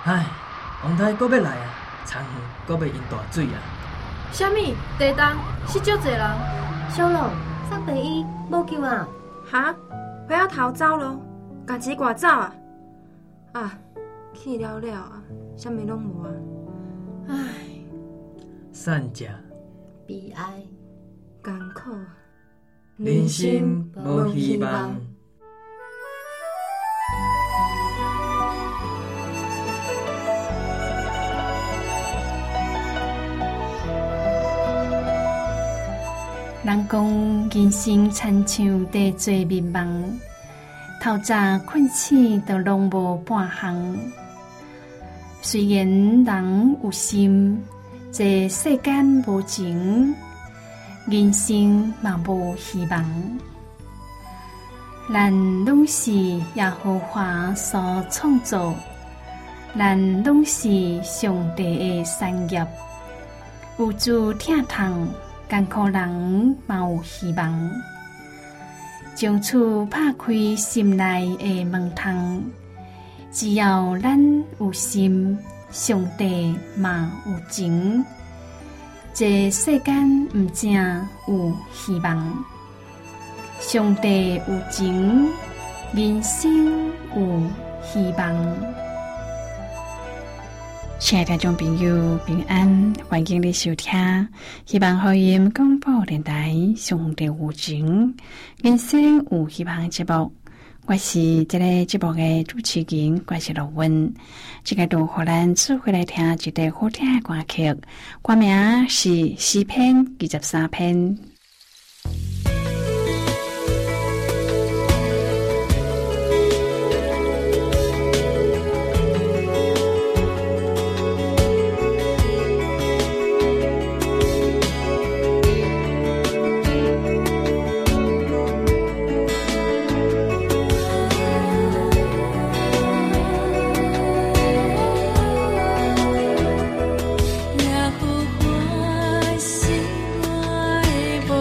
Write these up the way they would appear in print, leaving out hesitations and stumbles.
唉，王太阁要来啊，田园阁要淹大水啊！ 啥物？地动死足侪人。 小龙，送病医无救啊！ 哈？不要逃走咯，家己赶走啊！啊，去了了啊，啥物拢无啊！唉， 善者悲哀， 艰苦， 人生无希望。 人讲人生亲像地做迷茫，透早困醒都拢无半项。虽然人有心，这世间无情，人生嘛无希望。咱拢是耶和华所创造，咱拢是上帝的产业，有主疼痛。艰苦人嘛有希望，将厝拍开心内的门窗。只要咱有心，上帝嘛有情。这世间不正有希望，上帝有情，人生有希望。亲爱的听众朋友，平安，欢迎你收听希望福音广播电台上帝有情人生有希望节目。我是这个节目的主持人，我是罗文。这个都互咱做回来听一个好听的歌曲，歌名是诗篇23篇。 耶和华是我的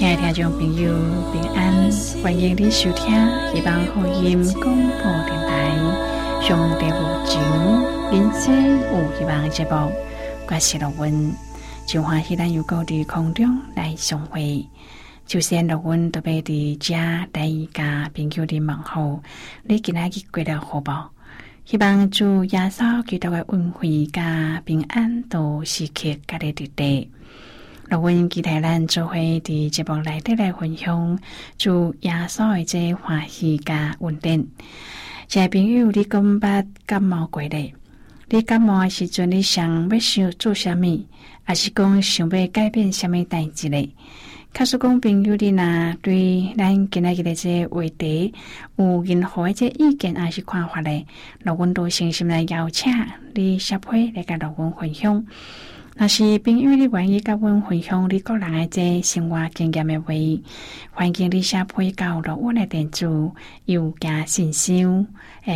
亲爱的听众朋友，平安，欢迎你收听希望福音广播电台上帝有情人生有希望的节目。我是乐文，真欢喜咱又到伫空中来相会。首先，乐文特别伫遮来甲朋友哋问候，你今仔日过得好无？希望主耶稣基督的恩惠甲平安都时刻甲你伫地。乐文期待咱做伙伫节目内底来分享主耶稣的这欢喜甲恩典。亲爱朋友，你敢捌感冒过咧？你感冒的时阵，你想要想做啥物，还是讲想要改变啥物代志咧？假使讲朋友你若对咱今仔日的这话题有任何的这意见还是看法咧，乐文都诚心来邀请你协会来甲乐文分享。若是朋友你愿意甲阮分享你个人的这生活经验的话，欢迎你写批到乐文的电子邮件信箱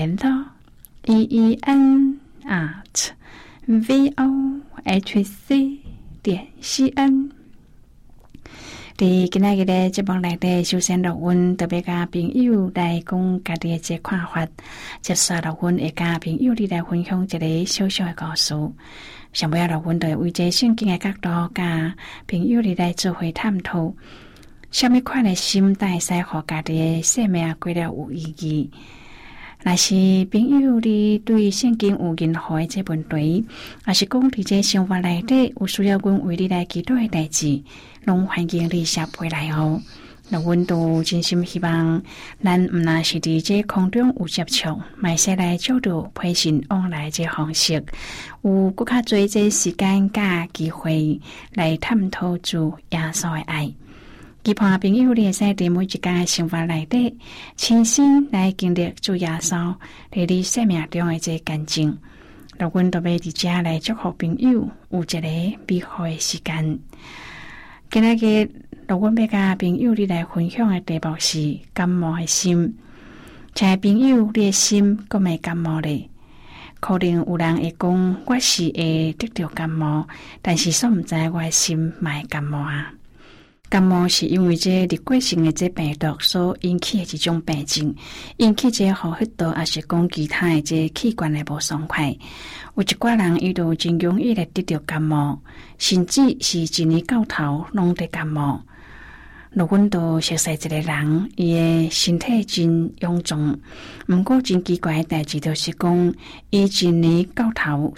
len@vohc.cn。伫今仔日的节目内底，首先乐文特别甲朋友来讲家己的这看法，接下乐文会甲朋友你来分享一个小小的故事。上尾乐文就为这圣经的角度，甲朋友你来做伙探讨，什么款的心态使互家己的生命过得有意义。若是朋友你对圣经有任何的这问题，还是讲伫这生活内底有需要阮为你来祈祷的代志，拢欢迎你写批来哦。乐文都真心希望咱毋那是伫这空中有接触，卖使来照着配信往来这方式，有更较多这时间甲机会来探讨主耶稣的爱。期盼朋友你会使伫每一天的生活内底，亲身来经历主耶稣伫你生命中的这见证。乐文都要伫遮来祝福朋友有一个美好的时间。今仔日乐文要甲朋友你来分享的题目是感冒的心。亲爱朋友，你的心阁未感冒咧？可能有人会讲，我是会得到感冒，但是煞毋知我的心嘛会感冒啊。感冒是因为这立过性的这病毒所引起的一种病症，引起这呼吸道也是讲其他的这器官的无爽快。有一寡人伊就真容易来得到感冒，甚至是一年到头拢得感冒。乐文都熟悉一个人，伊的身体真臃肿，不过真奇怪的代志就是讲，伊一年到头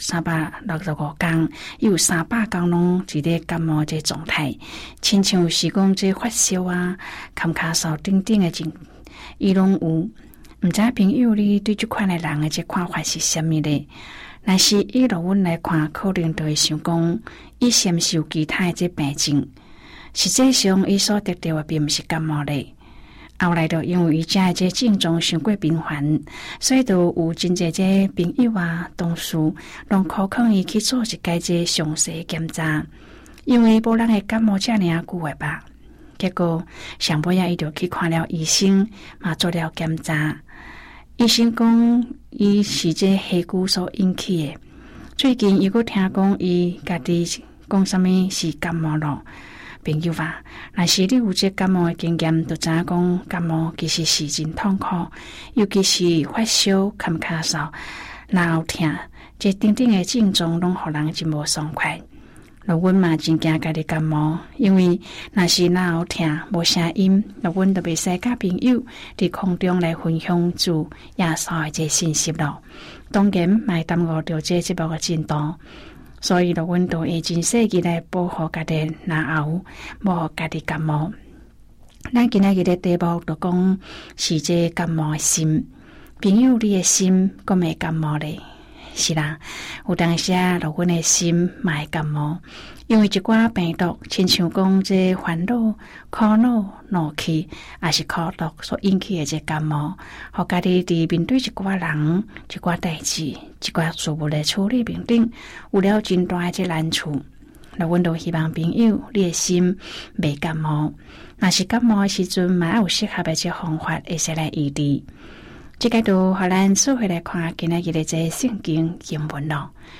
365天，伊有300天拢伫咧感冒这状态，亲像是讲这发烧啊、咳咳嗽等等的症，伊拢有。毋知朋友你对这款的人的这看法是啥物咧？若是以乐文来看，可能就会想讲，伊是毋是有其他的这病症？实际上，伊所得到的并不是感冒咧。后来就因为伊遮的这症状伤过频繁，所以就有真侪这朋友啊、同事拢考劝伊去做一个这详细的检查，因为无人会感冒遮尔久的吧。结果上尾伊就去看了医生，嘛做了检查。医生讲，伊是这黑菇所引起的。最近伊阁听讲，伊家己讲什么是感冒咯。朋友啊，若是你有这感冒的经验，就知影讲感冒其实是真痛苦，尤其是发烧、咳咳嗽、脑痛，这等等的症状拢互人真无爽快。乐文嘛真惊家己感冒，因为若是脑痛无声音，乐文就袂使甲朋友伫空中来分享主耶稣的这信息咯。当然，卖耽误着这节目的进度。所以，乐文都会真细致来保护家己脑喉，无互家己感冒。咱今仔日的题目就讲是这感冒的心。朋友，你的心阁未感冒咧？是啦，有当时乐文的心嘛会感冒，因为一寡病毒，亲像讲这烦恼、苦恼、怒气，也是苦毒所引起的这感冒，互家己伫面对一寡人、一寡代志、一寡事物的处理面顶，有了真大的这难处。乐文都希望朋友你的心未感冒，若是感冒的时阵，嘛有适合的这方法会使来医治。这个就互咱做回来看今仔日的这圣经经文咯。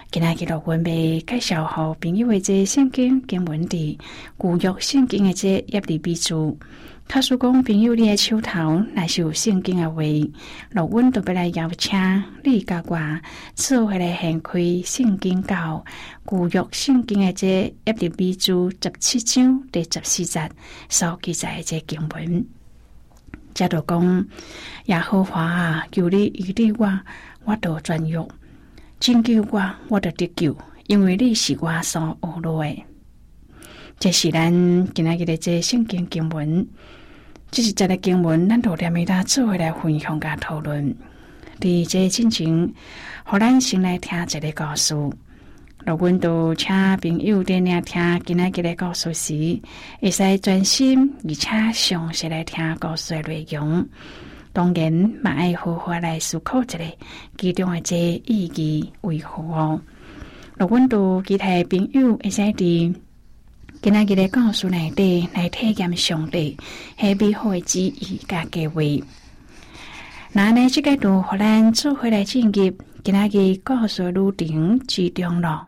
今仔日录音要介绍给朋友的这圣经经文伫旧约圣经的这耶利米书。假使讲朋友你的手头若是有圣经的话，录音就要来邀请你甲我做回来掀开圣经到旧约圣经的这耶利米书17章第14节所记载的这经文。这就讲耶和华啊，求你医治我就转弱。拯救我就得救，因为你是我所学落的。这是咱今仔日的这圣经经文，这是这个经文，咱就念伊做回来分享甲讨论。伫这进前，互咱先来听一个故事。若阮都请朋友在听今仔日的故事时，会使专心而且详细来听故事的内容。当然，嘛爱好好来思考一下其中的这意义为何哦。若阮都其他朋友会使伫今仔日的故事内底来体验上帝迄美好的旨意甲计划。那呢，这个就互咱做回来进入今仔日故事旅程之中咯。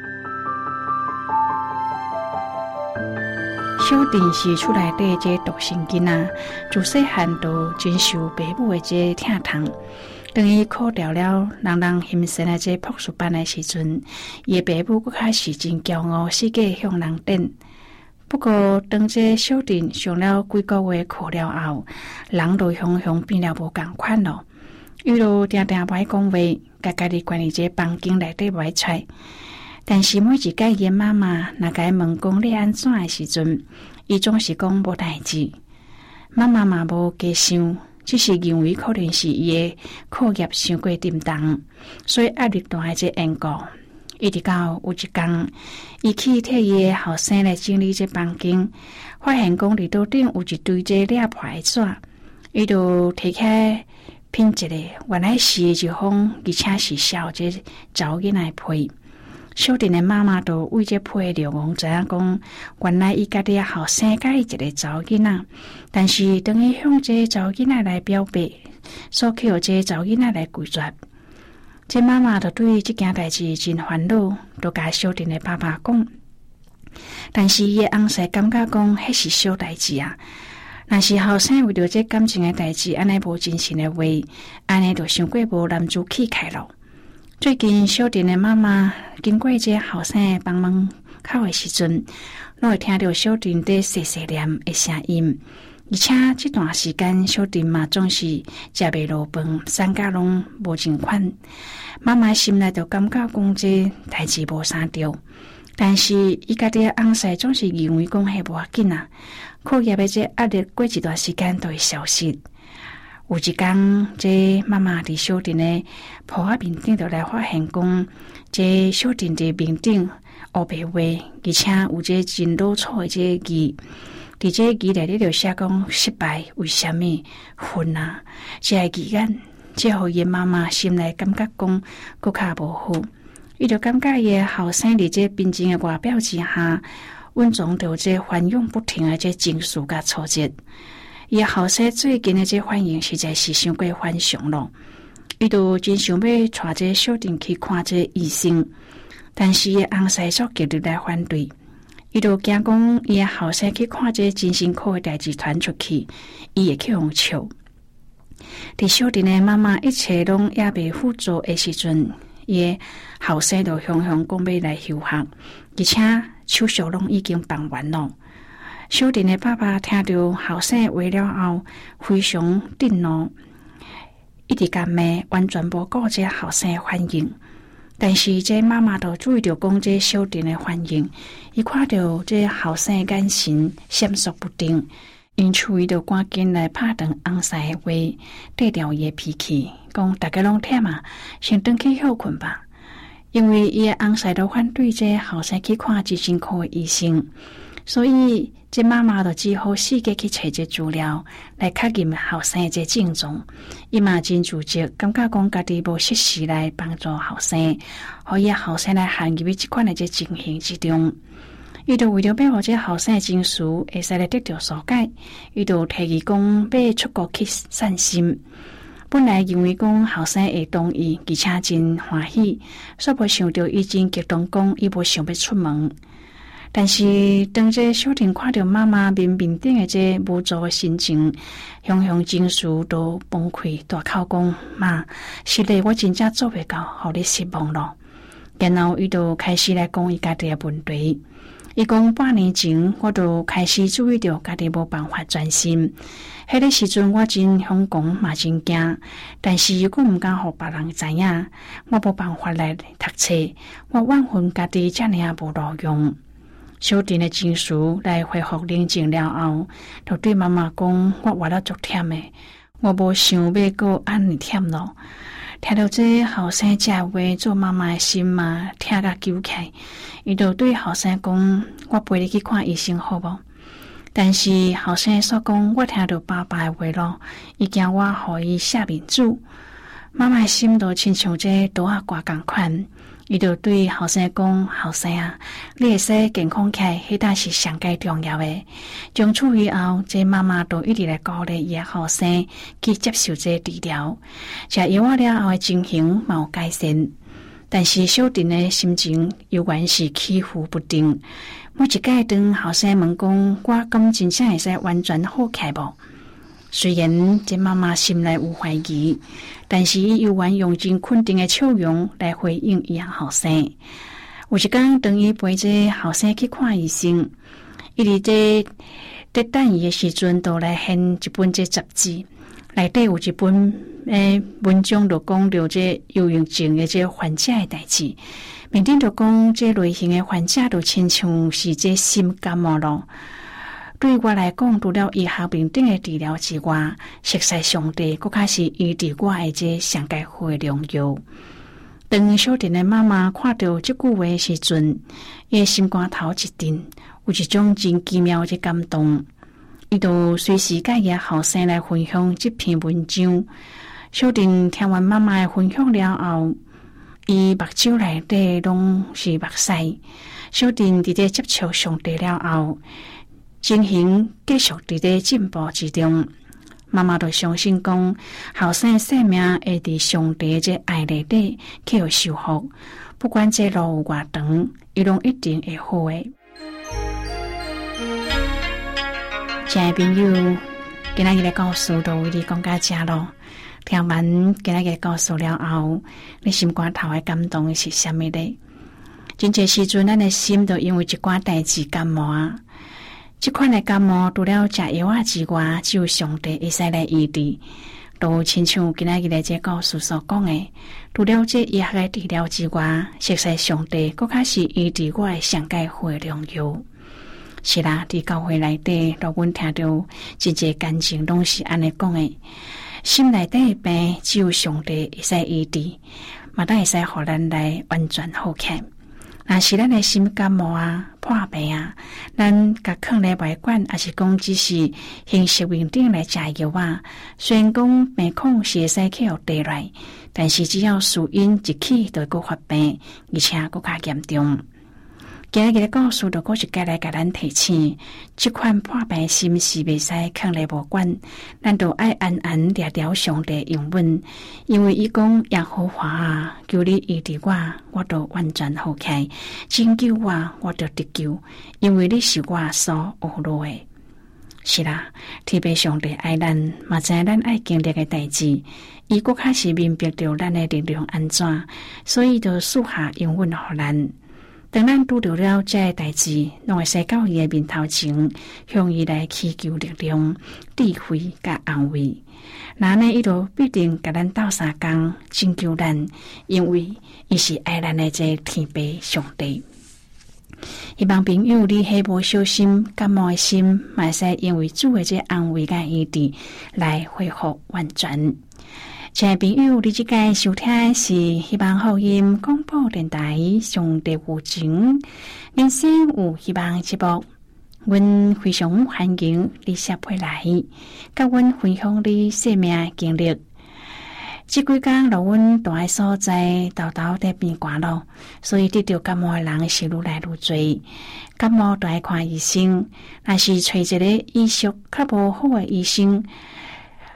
小弟是厝内底这独生囡仔，自细汉就真受爸母的这疼痛。等伊考掉了人欣赏的这博士班的时阵，伊的爸母佫较是真骄傲，世界向人顶。不过当这小弟上了几个月课了后，人就向变了无共款咯。伊就定定歹讲话，甲家己关伫这房间内底袂出。但是每一摆伊妈妈若甲伊问讲你安怎的时阵，伊总是讲无代志。妈妈嘛无加想，只是认为可能是伊的课业伤过沉重，所以压力大的这缘故。一直到有一天，伊去替伊的后生来整理这房间，发现讲里头顶有一堆这裂破的纸，伊就摕起来拼一个，原来是一封而且是小这查某囡仔批。小弟的妈妈就为这批流亡知影讲，原来伊家己后生甲伊一个查某囡仔，但是当伊向这查某囡仔来表白，所求这查某囡仔来拒绝。这妈妈就对这件代志真烦恼，就甲小弟的爸爸讲。但是伊的翁婿感觉讲，迄是小代志啊。若是后生为着这感情的代志，安尼无真心的话，安尼就伤过无男子气概咯。最近小弟的妈妈经过这后生的帮忙口的时阵，拢会听到小弟在细细念的声音。而且这段时间，小弟嘛总是食袂落饭，三甲拢无真款。妈妈心内就感觉讲这代志无啥对，但是伊家己翁婿总是认为讲迄无要紧啊，课业的这压力过一段时间就会消失。有一天，这妈妈伫小弟的铺仔面顶就来发现讲，这小弟的面顶黑白画，而且有这真老粗的这字。伫这字内底就写讲失败为什么分啊？这个字眼，这互伊妈妈心内感觉讲佫较无好。伊就感觉伊后生伫这平静的外表之下，稳重着这翻涌不停的这情绪甲挫折。伊后生最近的这反应实在是伤过反常咯。伊就真想要带这小弟去看这医生，但是伊翁婿足极力来反对。伊就惊讲伊后生去看这真辛苦的代志传出去，伊会去互笑。伫小弟的妈妈一切拢也未辅助的时阵，伊后生就向讲要来休学，而且手续拢已经办完了。小弟的爸爸听到后生话了后，非常震怒，一直甲骂，完全无顾这后生的反应。但是这妈妈就注意到讲这小弟的反应，伊看到这后生的眼神闪烁不定，因此伊就赶紧来拍断翁婿的话，带掉伊的脾气，讲大家拢忝啊，先回去休困吧。因为伊的翁婿都反对这后生去看真辛苦的医生。所以，这妈妈就只好四界去找这资料，来确认后生的这症状。伊嘛真自责，感觉讲家己无适时来帮助后生，互伊后生来陷入这款的这情形之中。伊就为了要互这后生的情绪会使来得到疏解，伊就提议讲要出国去散心。 本来因为讲后生会同意，而且真欢喜，煞无想到伊真激动讲伊无想要出门。但是当这小婷看到妈妈面面顶的这无助的心情，雄雄情绪都崩溃，大口讲：妈，是的，我真正做袂到，互你失望咯。然后伊就开始来讲伊家己的问题。伊讲半年前，我就开始注意到家己无办法专心。迄个时阵，我真惶恐嘛真惊，但是如果毋敢互别人知影，我无办法来读册，我怨恨家己遮尔无路用。小婷的情绪来恢复冷静了后，就对妈妈讲：我活得足忝的，我无想要过安尼忝咯。听到这后生这话，做妈妈的心嘛疼甲揪起，伊就对后生讲：我陪你去看医生好无？但是后生所讲，我听到爸爸的话咯，伊惊我互伊下面子。妈妈的心都亲像这刀啊刮共款。伊就对后生讲：后生啊，你会使健康起来，迄搭是上界重要的。从此以后，这妈妈都一直来鼓励伊后生去接受这治疗。食药啊了后的情形嘛有改善，但是小婷的心情犹原是起伏不定。每一届当后生问讲：我敢真正会使完全好起来无？虽然这妈妈心内有怀疑，但是伊犹原用真肯定的笑容来回应伊后生。有一天，当伊陪这后生去看医生，伊伫在等伊的时阵，都来献一本这杂志，内底有一本文章，就讲到这忧郁症的这患者的代志。面顶就讲这类型的患者，就亲像是这心感冒咯。对我来讲，除了医学面顶的治疗之外，实际上帝佫较是医治我的这上界好的良药。当小婷的妈妈看到这句话的时阵，伊的心肝头一震，有一种真奇妙的感动。伊就随时甲伊后生来分享这篇文章。小婷听完妈妈的分享了后，伊目睭内底拢是目屎。小婷伫咧接触上帝了后，情形继续伫咧进步之中，妈妈就相信讲，后生的生命会伫上帝这爱内底去有修复，不管这路有偌长，伊拢一定会好诶。亲爱的朋友，今仔日的故事就为你讲到这咯。听完今仔日的故事了后，你心肝头的感动是啥物呢？真侪时阵，咱的心都因为一寡代志感冒啊。这款的感冒除了食药啊之外，只有上帝会使来医治。都亲像今仔日的这故事所讲的，除了这医学的治疗之外，实际上帝佫较是医治我的上界好的良药。是啦，伫教会内底，若阮听到真侪感情拢是安尼讲的，心内底的病只有上帝会使医治，嘛当会使互咱来完全好起。若是咱的心感冒啊、破病啊，咱甲放咧外管，还是讲只是形式面顶来食药啊。虽然讲病况是会使去互地来，但是只要事因一起，就会搁发病，而且搁较严重。今日的故事就搁是该来甲咱提醒，这款破病心是袂使放咧无管，咱就爱安安聊聊上帝应允，因为伊讲耶和华啊，求你医治我，我就完全好起，拯救我就得救，因为你是我所学落的。是啦，特别上帝爱咱，嘛知咱爱经历的代志，伊搁较是明白着咱的力量安怎，所以就赐下应允互咱。当咱拄到了这代志，拢会使到伊的面头前，向伊来祈求力量、智慧甲安慰。那呢，伊就必定甲咱斗相共，拯救咱，因为伊是爱咱的这天父上帝。希望朋友你迄无小心感冒的心，嘛使因为主的这安慰甲医治来恢复完全。亲爱朋友，你即个收听是希望福音广播电台上帝有情人生有希望节目，阮非常欢迎你写回来，甲阮分享你生命经历。这几天落阮住的所在，豆豆在变寒咯，所以得到感冒的人是愈来愈多。感冒就爱看医生，若是找一个医术较无好的医生，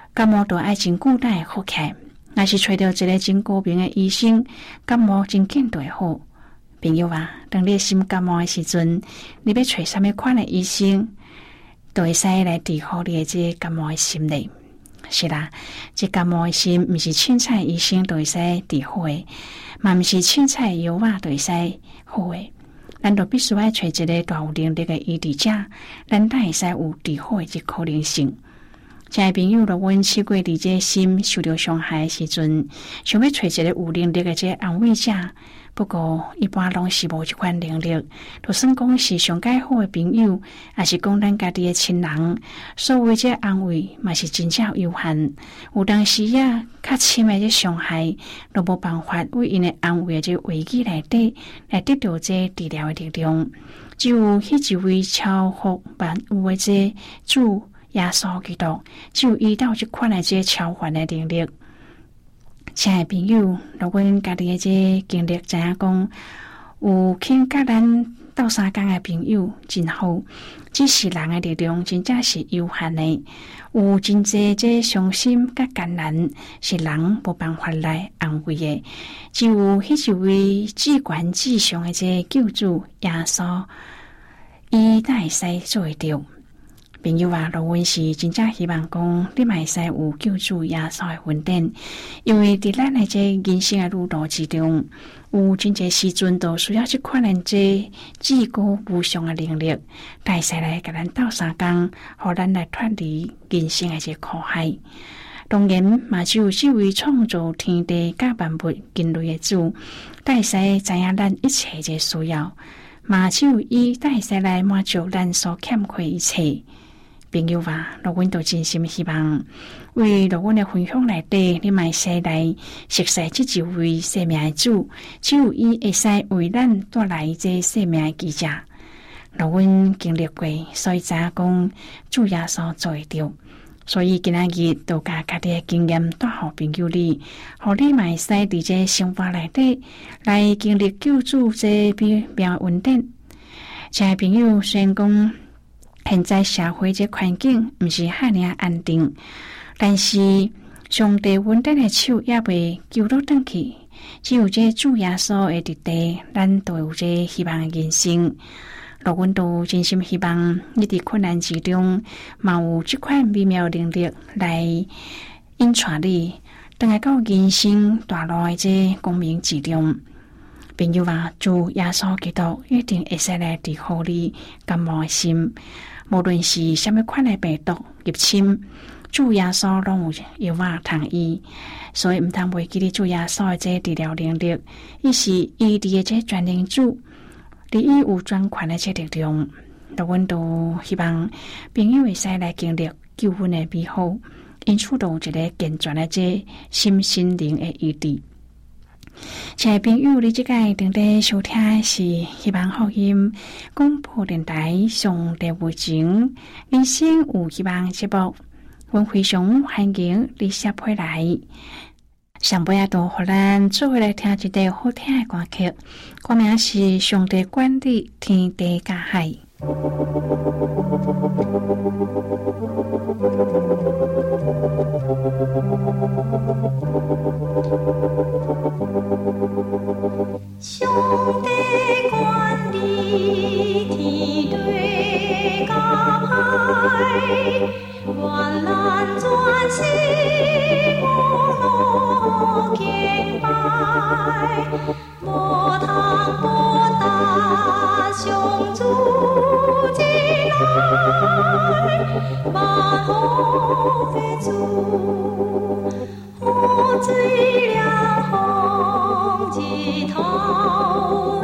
感冒都爱真久才会好起来。若是找到一个真高明的医生，感冒真紧就会好。朋友啊，当你心感冒的时阵，你要找什么款的医生，都会使来治好你的这感冒的心理。是啦，这感冒的心不是凊彩医生都会使治好的，嘛不是凊彩药啊都会使好的。咱都必须要找一个大有能力的医治者，咱才会使有治好的这可能性。亲爱朋友，若阮试过伫这心受到伤害的时阵，想要找一个有能力的这安慰者，不过一般拢是无这款能力。就算讲是上介好的朋友，也是讲咱家己的亲人，所谓这安慰嘛是真正有限。有当时啊，较深的这伤害，都无办法为因的安慰的这危机内底来得到这治疗的力量。只有迄一位超乎万有的这主耶稣基督，只有伊到这款的这超凡的能力。亲爱朋友，若阮家己的这经历知影讲，有肯甲咱斗相共的朋友真好，只是人的力量真正是有限的，有真济这伤心甲艰难是人无办法来安慰的，只有迄一位至关至上的这救主耶稣，伊才会使做会到。朋友啊，若阮是真正希望讲，你嘛会使有救主耶稣的恩典，因为伫咱的这人生的路途之中，有真济时阵都需要这款的这至高无上的能力，才会使来甲咱斗相共，互咱来脱离人生的这苦海。当然，嘛只有这位创造天地甲万物人类的主，才会使知影咱一切这需要，嘛只有伊才会使来满足咱所欠缺一切。朋友啊，若阮都真心希望，为若阮的分享内底，你嘛会使来熟悉这一位生命的主，只有伊会使为咱带来这生命的记者。若阮经历过，所以知影讲主耶稣做会到，所以今仔日都甲家己的经验带互朋友你，互你嘛会使伫这生活内底来经历救主这美妙恩典。亲爱朋友，虽然讲现在社会这环境不是遐尔安定，但是上帝恩典的手也未救落转去，只有这主耶稣的伫地，咱都有这希望的人生。若阮都真心希望你伫困难之中，嘛有这款美妙能力来引带你，等下到人生大路的这光明之中。朋友啊，主耶稣基督一定会使来治好你感冒的心。无论是什么款的病毒入侵，主耶稣拢有药啊通医，所以唔通忘记你主耶稣的这治疗能力，伊是医治的这全能主，你伊有专权的这力量。若阮都希望朋友会使来经历救恩的美好，因此都有一个健全的这心灵的医治。亲爱朋友，你即个正在收听的是希望福音广播电台上帝有情人生有希望节目，阮非常欢迎你接回来。上尾都互咱做伙来听一首好听的歌曲，歌名是《上帝管理天地甲海》。 上帝管理天地甲海，愿咱全心无敬拜，无通不达上主之来，万福的主，雨水凉风日头的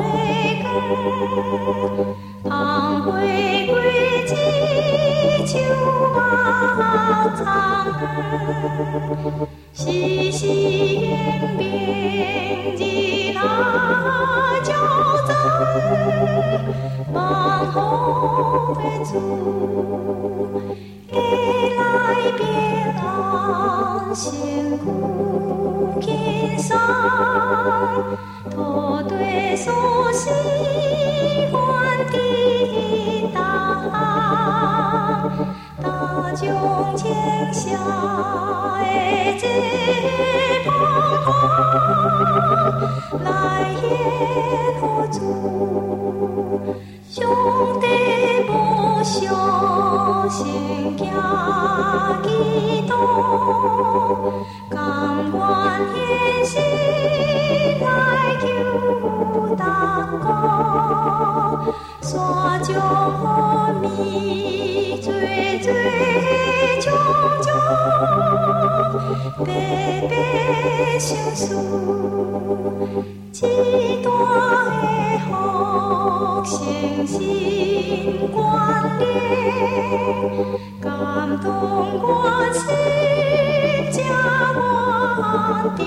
光，红花归枝树啊苍耳，时时延绵日来照在，万福的主，家内平安身躯轻松，土地所喜欢的大，大众情相。 这彷徨来献何主？上帝无相信行基督，甘愿献身来救大国，山中和米最最种种，白白相思，一段的福星星关联，感动我心，这我的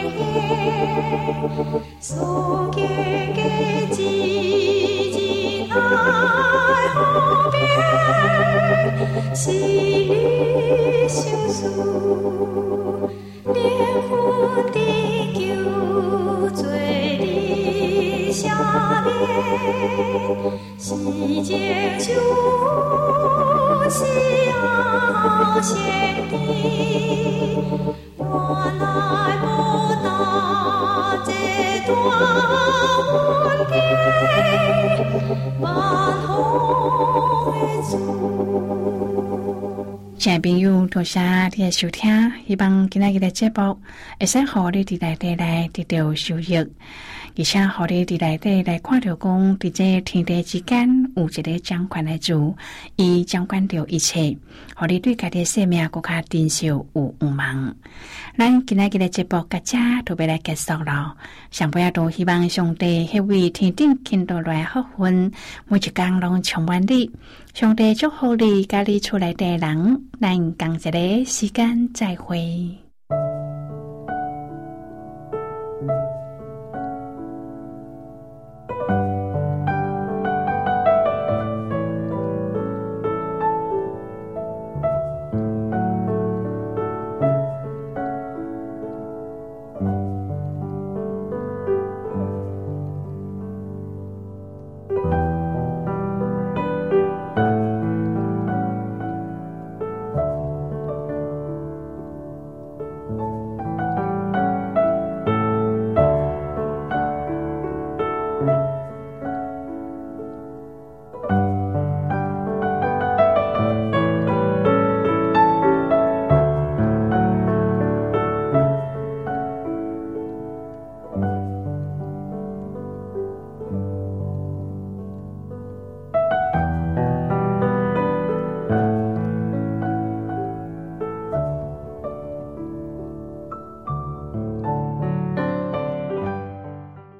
所结的一日爱河边，是你相思，灵魂的救做你赦免，是情受是后先的，原来无那这段恩典，万福的主。 亲爱朋友，多谢你的收听，希望今日的节目会使互你伫内底来得到收益，而且互你伫内底来看到讲，伫这天地之间有一个掌权的主，伊掌管着一切，互你对家己的生命更加珍惜有望。咱今日的节目到这就要来结束了，上尾都希望上帝迄位天顶倾倒来福分，每一天拢充满你。上帝祝福你，甲你厝内的人，咱同一个时间再会。